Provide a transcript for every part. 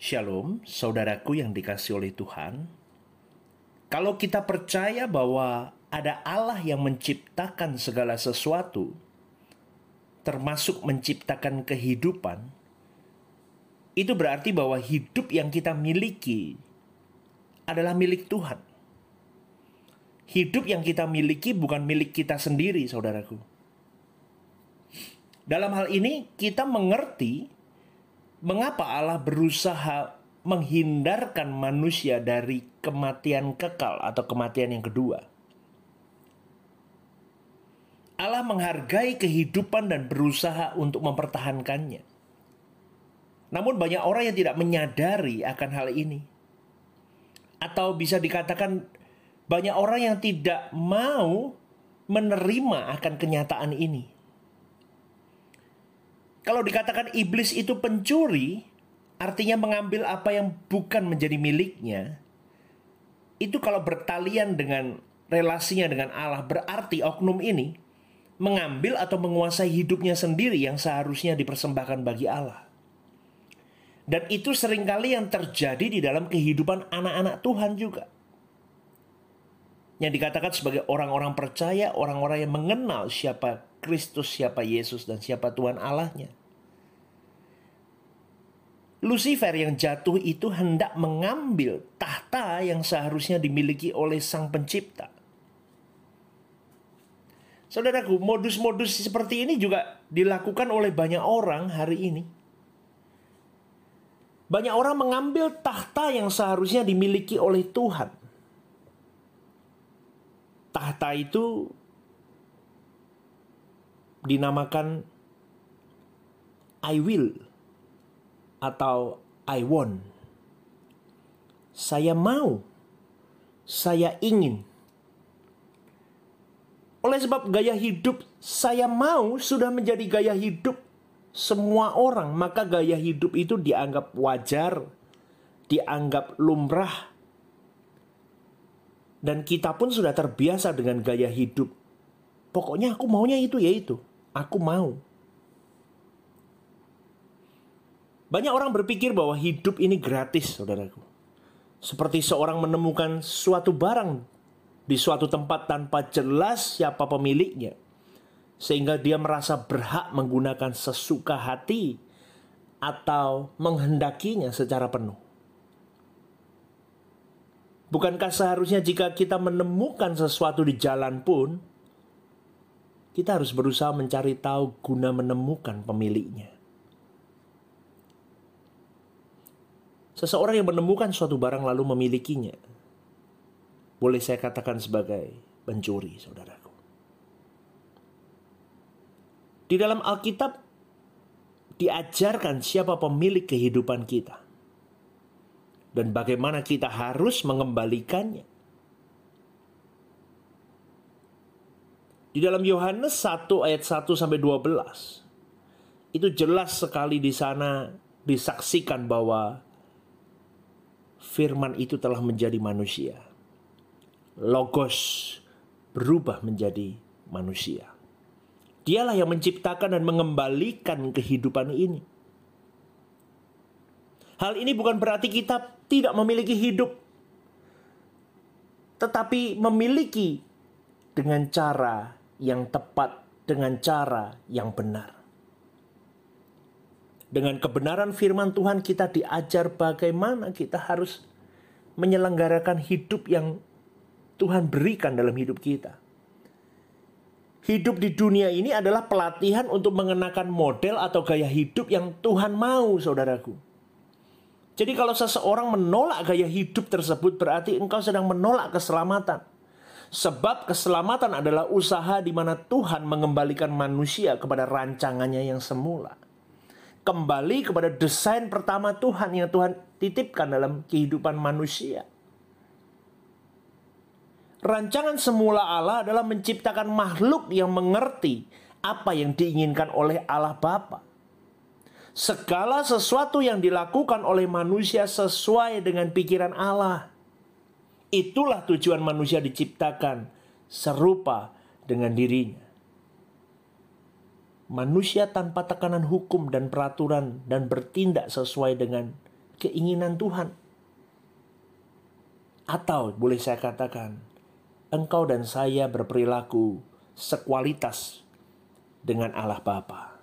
Shalom, saudaraku yang dikasihi oleh Tuhan. Kalau kita percaya bahwa ada Allah yang menciptakan segala sesuatu, termasuk menciptakan kehidupan, itu berarti bahwa hidup yang kita miliki adalah milik Tuhan. Hidup yang kita miliki bukan milik kita sendiri, saudaraku. Dalam hal ini, kita mengerti mengapa Allah berusaha menghindarkan manusia dari kematian kekal atau kematian yang kedua. Allah menghargai kehidupan dan berusaha untuk mempertahankannya. Namun banyak orang yang tidak menyadari akan hal ini. Atau bisa dikatakan banyak orang yang tidak mau menerima akan kenyataan ini. Kalau dikatakan iblis itu pencuri, artinya mengambil apa yang bukan menjadi miliknya. Itu kalau bertalian dengan relasinya dengan Allah, berarti oknum ini mengambil atau menguasai hidupnya sendiri yang seharusnya dipersembahkan bagi Allah. Dan itu seringkali yang terjadi di dalam kehidupan anak-anak Tuhan juga. Yang dikatakan sebagai orang-orang percaya, orang-orang yang mengenal siapa Kristus, siapa Yesus, dan siapa Tuhan Allahnya. Lucifer yang jatuh itu hendak mengambil tahta yang seharusnya dimiliki oleh Sang Pencipta. Saudaraku, modus-modus seperti ini juga dilakukan oleh banyak orang hari ini. Banyak orang mengambil tahta yang seharusnya dimiliki oleh Tuhan. Tahta itu dinamakan I will atau I want. Saya mau, saya ingin. Oleh sebab gaya hidup saya mau sudah menjadi gaya hidup semua orang, maka gaya hidup itu dianggap wajar, dianggap lumrah. Dan kita pun sudah terbiasa dengan gaya hidup. Pokoknya aku maunya itu ya itu. Aku mau. Banyak orang berpikir bahwa hidup ini gratis, saudaraku. Seperti seorang menemukan suatu barang di suatu tempat tanpa jelas siapa pemiliknya, sehingga dia merasa berhak menggunakan sesuka hati atau menghendakinya secara penuh. Bukankah seharusnya jika kita menemukan sesuatu di jalan pun, kita harus berusaha mencari tahu guna menemukan pemiliknya. Seseorang yang menemukan suatu barang lalu memilikinya, boleh saya katakan sebagai pencuri, saudaraku. Di dalam Alkitab diajarkan siapa pemilik kehidupan kita dan bagaimana kita harus mengembalikannya. Di dalam Yohanes 1 ayat 1 sampai 12 itu jelas sekali di sana disaksikan bahwa firman itu telah menjadi manusia. Logos berubah menjadi manusia. Dialah yang menciptakan dan mengembalikan kehidupan ini. Hal ini bukan berarti kita tidak memiliki hidup, tetapi memiliki dengan cara yang tepat, dengan cara yang benar. Dengan kebenaran firman Tuhan kita diajar bagaimana kita harus menyelenggarakan hidup yang Tuhan berikan dalam hidup kita. Hidup di dunia ini adalah pelatihan untuk mengenakan model atau gaya hidup yang Tuhan mau, saudaraku. Jadi kalau seseorang menolak gaya hidup tersebut, berarti engkau sedang menolak keselamatan. Sebab keselamatan adalah usaha di mana Tuhan mengembalikan manusia kepada rancangannya yang semula. Kembali kepada desain pertama Tuhan yang Tuhan titipkan dalam kehidupan manusia. Rancangan semula Allah adalah menciptakan makhluk yang mengerti apa yang diinginkan oleh Allah Bapa. Segala sesuatu yang dilakukan oleh manusia sesuai dengan pikiran Allah. Itulah tujuan manusia diciptakan serupa dengan dirinya. Manusia tanpa tekanan hukum dan peraturan dan bertindak sesuai dengan keinginan Tuhan. Atau boleh saya katakan, engkau dan saya berperilaku sekualitas dengan Allah Bapa.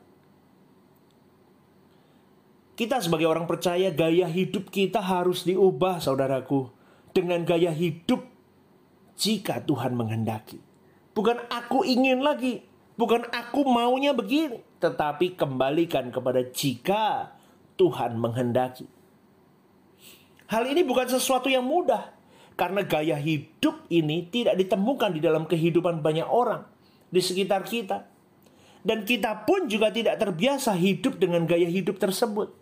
Kita sebagai orang percaya, gaya hidup kita harus diubah, saudaraku, dengan gaya hidup jika Tuhan menghendaki. Bukan aku ingin lagi, bukan aku maunya begini, tetapi kembalikan kepada jika Tuhan menghendaki. Hal ini bukan sesuatu yang mudah, karena gaya hidup ini tidak ditemukan di dalam kehidupan banyak orang di sekitar kita. Dan kita pun juga tidak terbiasa hidup dengan gaya hidup tersebut.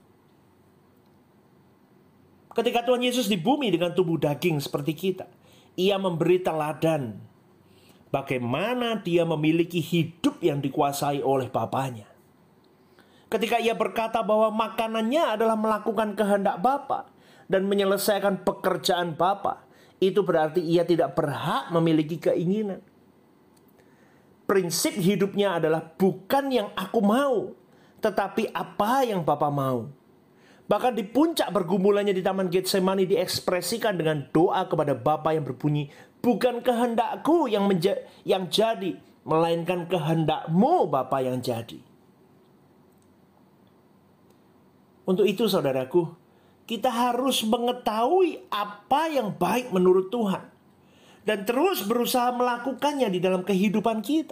Ketika Tuhan Yesus di bumi dengan tubuh daging seperti kita, Ia memberi teladan bagaimana Dia memiliki hidup yang dikuasai oleh Bapanya. Ketika Ia berkata bahwa makanannya adalah melakukan kehendak Bapa dan menyelesaikan pekerjaan Bapa, itu berarti Ia tidak berhak memiliki keinginan. Prinsip hidupnya adalah bukan yang aku mau, tetapi apa yang Bapa mau. Bahkan di puncak pergumulannya di Taman Getsemani diekspresikan dengan doa kepada Bapa yang berbunyi, bukan kehendakku yang jadi, melainkan kehendakmu Bapa yang jadi. Untuk itu saudaraku, kita harus mengetahui apa yang baik menurut Tuhan dan terus berusaha melakukannya di dalam kehidupan kita.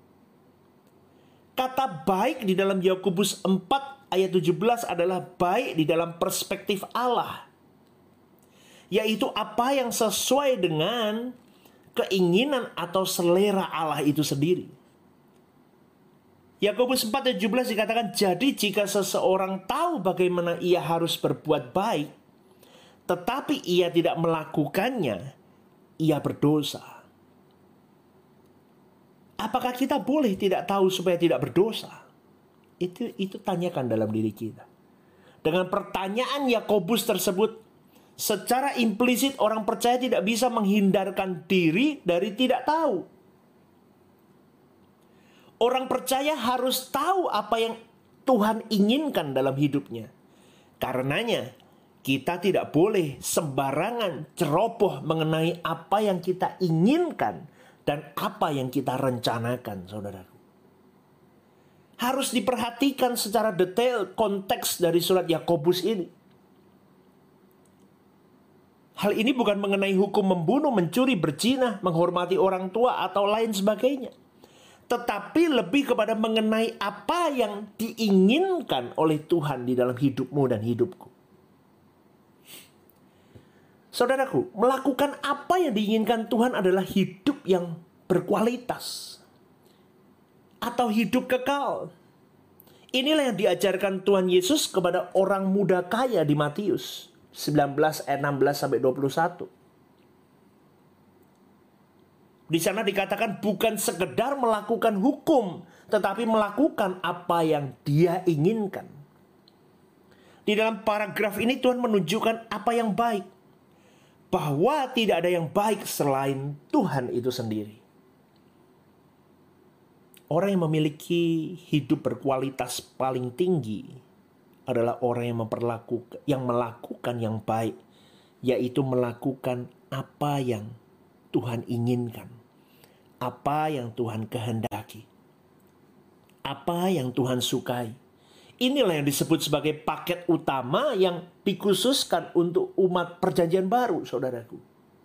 Kata baik di dalam Yakobus 4 ayat 17 adalah baik di dalam perspektif Allah, yaitu apa yang sesuai dengan keinginan atau selera Allah itu sendiri. Yakobus 4 ayat 17 dikatakan, jadi jika seseorang tahu bagaimana ia harus berbuat baik, tetapi ia tidak melakukannya, ia berdosa. Apakah kita boleh tidak tahu supaya tidak berdosa? Itu tanyakan dalam diri kita. Dengan pertanyaan Yakobus tersebut, secara implisit orang percaya tidak bisa menghindarkan diri dari tidak tahu. Orang percaya harus tahu apa yang Tuhan inginkan dalam hidupnya. Karenanya, kita tidak boleh sembarangan ceroboh mengenai apa yang kita inginkan dan apa yang kita rencanakan, saudaraku. Harus diperhatikan secara detail konteks dari surat Yakobus ini. Hal ini bukan mengenai hukum membunuh, mencuri, berzina, menghormati orang tua, atau lain sebagainya. Tetapi lebih kepada mengenai apa yang diinginkan oleh Tuhan di dalam hidupmu dan hidupku. Saudaraku, melakukan apa yang diinginkan Tuhan adalah hidup yang berkualitas atau hidup kekal. Inilah yang diajarkan Tuhan Yesus kepada orang muda kaya di Matius 19 ayat 16 sampai 21. Di sana dikatakan bukan sekedar melakukan hukum, tetapi melakukan apa yang Dia inginkan. Di dalam paragraf ini Tuhan menunjukkan apa yang baik, bahwa tidak ada yang baik selain Tuhan itu sendiri. Orang yang memiliki hidup berkualitas paling tinggi adalah orang yang melakukan yang baik, yaitu melakukan apa yang Tuhan inginkan, apa yang Tuhan kehendaki, apa yang Tuhan sukai. Inilah yang disebut sebagai paket utama yang dikhususkan untuk umat perjanjian baru, saudaraku.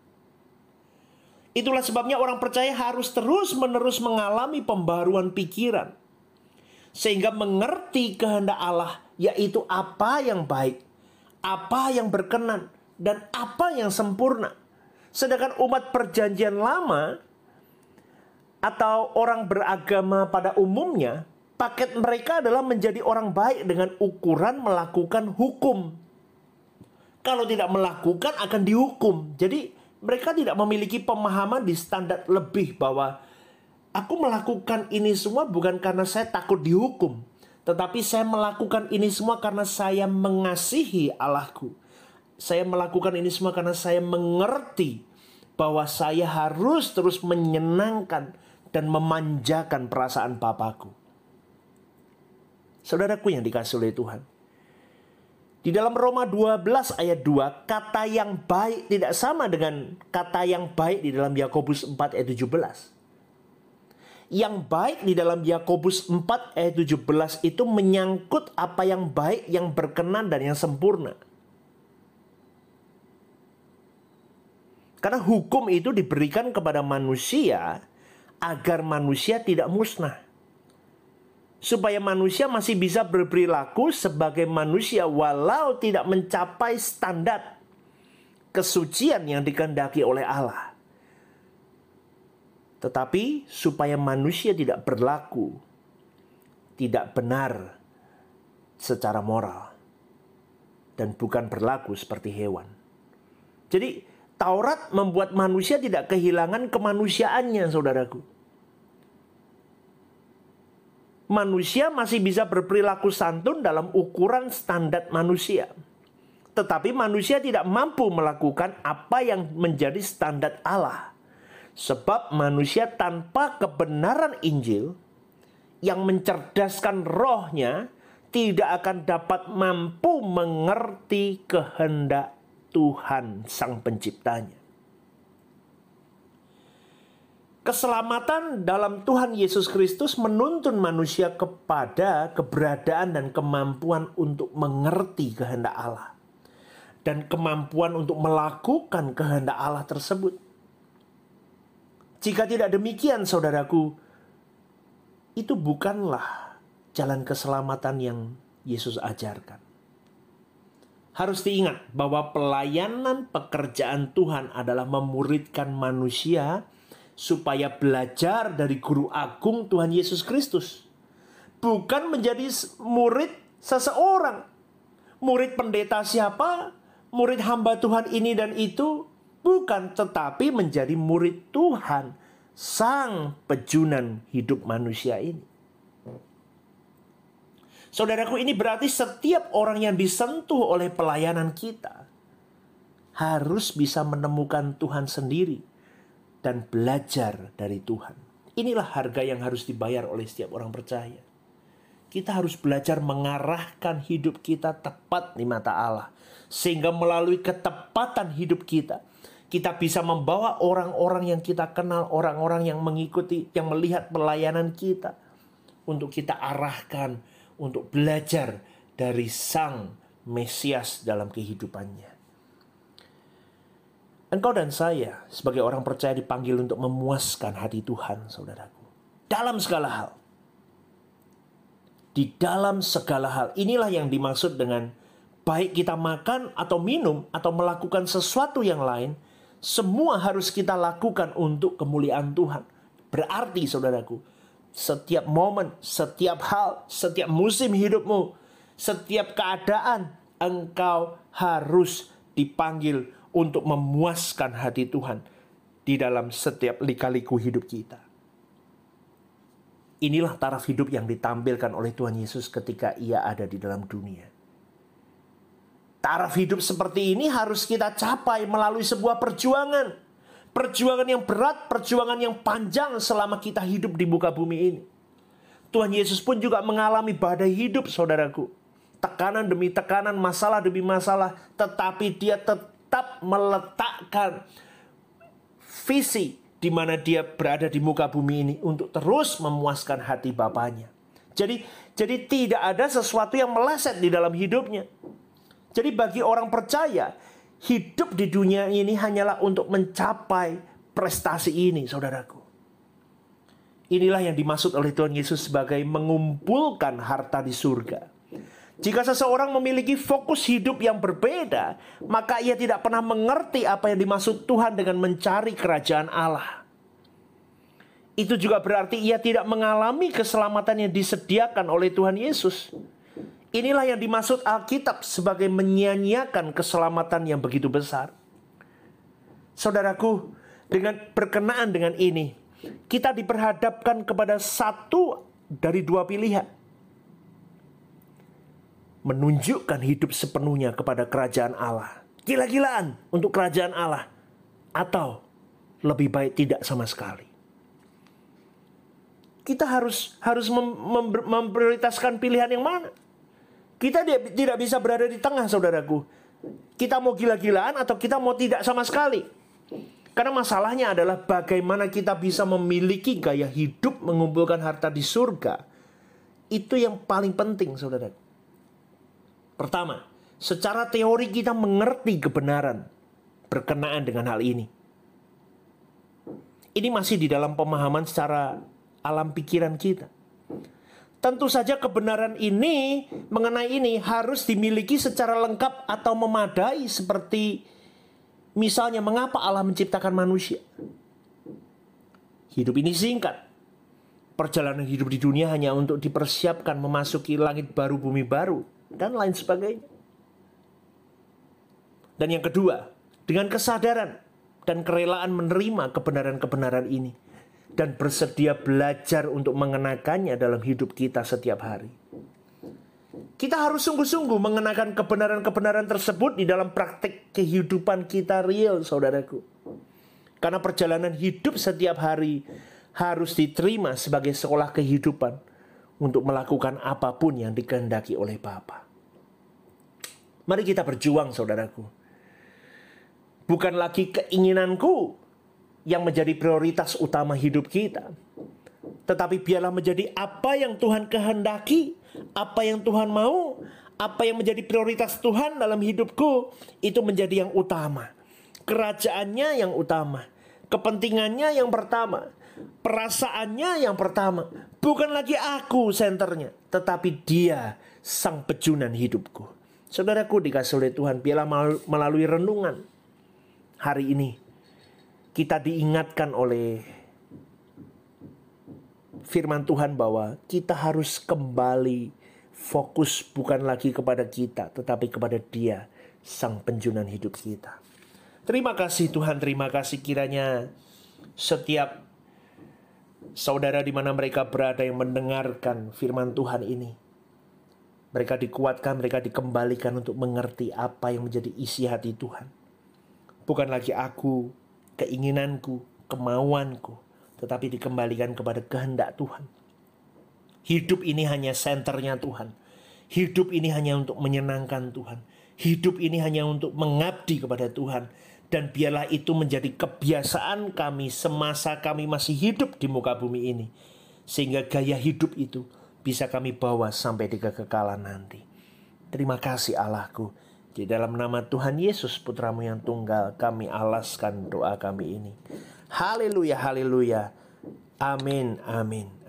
Itulah sebabnya orang percaya harus terus-menerus mengalami pembaruan pikiran, sehingga mengerti kehendak Allah, yaitu apa yang baik, apa yang berkenan, dan apa yang sempurna. Sedangkan umat perjanjian lama atau orang beragama pada umumnya, paket mereka adalah menjadi orang baik dengan ukuran melakukan hukum. Kalau tidak melakukan akan dihukum. Jadi mereka tidak memiliki pemahaman di standar lebih bahwa aku melakukan ini semua bukan karena saya takut dihukum, tetapi saya melakukan ini semua karena saya mengasihi Allahku. Saya melakukan ini semua karena saya mengerti bahwa saya harus terus menyenangkan dan memanjakan perasaan Papaku. Saudaraku yang dikasihi oleh Tuhan, Di dalam Roma 12 ayat 2, kata yang baik tidak sama dengan kata yang baik di dalam Yakobus 4 ayat 17. Yang baik di dalam Yakobus 4 ayat 17 itu menyangkut apa yang baik, yang berkenan dan yang sempurna. Karena hukum itu diberikan kepada manusia agar manusia tidak musnah. Supaya manusia masih bisa berperilaku sebagai manusia walau tidak mencapai standar kesucian yang dikehendaki oleh Allah. Tetapi supaya manusia tidak berlaku tidak benar secara moral dan bukan berlaku seperti hewan. Jadi Taurat membuat manusia tidak kehilangan kemanusiaannya, saudaraku. Manusia masih bisa berperilaku santun dalam ukuran standar manusia. Tetapi manusia tidak mampu melakukan apa yang menjadi standar Allah. Sebab manusia tanpa kebenaran Injil yang mencerdaskan rohnya tidak akan dapat mampu mengerti kehendak Tuhan Sang Penciptanya. Keselamatan dalam Tuhan Yesus Kristus menuntun manusia kepada keberadaan dan kemampuan untuk mengerti kehendak Allah. Dan kemampuan untuk melakukan kehendak Allah tersebut. Jika tidak demikian, saudaraku, itu bukanlah jalan keselamatan yang Yesus ajarkan. Harus diingat bahwa pelayanan pekerjaan Tuhan adalah memuridkan manusia supaya belajar dari guru agung Tuhan Yesus Kristus. Bukan menjadi murid seseorang. Murid pendeta siapa? Murid hamba Tuhan ini dan itu? Bukan, tetapi menjadi murid Tuhan, Sang Pejunan hidup manusia ini. Saudaraku, ini berarti setiap orang yang disentuh oleh pelayanan kita harus bisa menemukan Tuhan sendiri dan belajar dari Tuhan. Inilah harga yang harus dibayar oleh setiap orang percaya. Kita harus belajar mengarahkan hidup kita tepat di mata Allah. Sehingga melalui ketepatan hidup kita, kita bisa membawa orang-orang yang kita kenal, orang-orang yang mengikuti, yang melihat pelayanan kita, untuk kita arahkan, untuk belajar dari Sang Mesias dalam kehidupannya. Engkau dan saya sebagai orang percaya dipanggil untuk memuaskan hati Tuhan, saudaraku. Dalam segala hal. Di dalam segala hal. Inilah yang dimaksud dengan baik kita makan atau minum atau melakukan sesuatu yang lain, semua harus kita lakukan untuk kemuliaan Tuhan. Berarti, saudaraku, setiap momen, setiap hal, setiap musim hidupmu, setiap keadaan, engkau harus dipanggil untuk memuaskan hati Tuhan di dalam setiap lika-liku hidup kita. Inilah taraf hidup yang ditampilkan oleh Tuhan Yesus ketika Ia ada di dalam dunia. Taraf hidup seperti ini harus kita capai melalui sebuah perjuangan. Perjuangan yang berat, perjuangan yang panjang selama kita hidup di muka bumi ini. Tuhan Yesus pun juga mengalami badai hidup, saudaraku. Tekanan demi tekanan, masalah demi masalah. Tetapi Dia tetap meletakkan visi di mana Dia berada di muka bumi ini untuk terus memuaskan hati Bapanya. Jadi tidak ada sesuatu yang meleset di dalam hidupnya. Jadi bagi orang percaya, hidup di dunia ini hanyalah untuk mencapai prestasi ini, saudaraku. Inilah yang dimaksud oleh Tuhan Yesus sebagai mengumpulkan harta di surga. Jika seseorang memiliki fokus hidup yang berbeda, maka ia tidak pernah mengerti apa yang dimaksud Tuhan dengan mencari kerajaan Allah. Itu juga berarti ia tidak mengalami keselamatan yang disediakan oleh Tuhan Yesus. Inilah yang dimaksud Alkitab sebagai menyia-nyiakan keselamatan yang begitu besar. Saudaraku, dengan berkenaan dengan ini, kita diperhadapkan kepada satu dari dua pilihan. Menunjukkan hidup sepenuhnya kepada kerajaan Allah. Gila-gilaan untuk kerajaan Allah. Atau lebih baik tidak sama sekali. Kita harus memprioritaskan pilihan yang mana? Kita tidak bisa berada di tengah, saudaraku. Kita mau gila-gilaan atau kita mau tidak sama sekali. Karena masalahnya adalah bagaimana kita bisa memiliki gaya hidup mengumpulkan harta di surga. Itu yang paling penting, saudaraku. Pertama, secara teori kita mengerti kebenaran berkenaan dengan hal ini. Ini masih di dalam pemahaman secara alam pikiran kita. Tentu saja kebenaran ini mengenai ini harus dimiliki secara lengkap atau memadai, seperti misalnya mengapa Allah menciptakan manusia. Hidup ini singkat. Perjalanan hidup di dunia hanya untuk dipersiapkan memasuki langit baru, bumi baru, dan lain sebagainya. Dan yang kedua, dengan kesadaran dan kerelaan menerima kebenaran-kebenaran ini dan bersedia belajar untuk mengenakannya dalam hidup kita setiap hari. Kita harus sungguh-sungguh mengenakan kebenaran-kebenaran tersebut di dalam praktik kehidupan kita real, saudaraku. Karena perjalanan hidup setiap hari harus diterima sebagai sekolah kehidupan untuk melakukan apapun yang dikehendaki oleh Bapa. Mari kita berjuang, saudaraku. Bukan lagi keinginanku yang menjadi prioritas utama hidup kita, tetapi biarlah menjadi apa yang Tuhan kehendaki, apa yang Tuhan mau, apa yang menjadi prioritas Tuhan dalam hidupku, itu menjadi yang utama. Kerajaannya yang utama, kepentingannya yang pertama, perasaannya yang pertama. Bukan lagi aku senternya, tetapi Dia sang pejunan hidupku. Saudaraku dikasih oleh Tuhan, biarlah melalui renungan hari ini kita diingatkan oleh firman Tuhan bahwa kita harus kembali fokus bukan lagi kepada kita, tetapi kepada Dia, sang penjunan hidup kita. Terima kasih Tuhan, terima kasih kiranya setiap saudara di mana mereka berada yang mendengarkan firman Tuhan ini, mereka dikuatkan, mereka dikembalikan untuk mengerti apa yang menjadi isi hati Tuhan. Bukan lagi aku, keinginanku, kemauanku, tetapi dikembalikan kepada kehendak Tuhan. Hidup ini hanya senternya Tuhan. Hidup ini hanya untuk menyenangkan Tuhan. Hidup ini hanya untuk mengabdi kepada Tuhan. Dan biarlah itu menjadi kebiasaan kami semasa kami masih hidup di muka bumi ini. Sehingga gaya hidup itu bisa kami bawa sampai di kekekalan nanti. Terima kasih Allahku. Di dalam nama Tuhan Yesus Putramu yang tunggal, kami alaskan doa kami ini. Haleluya, haleluya. Amin, amin.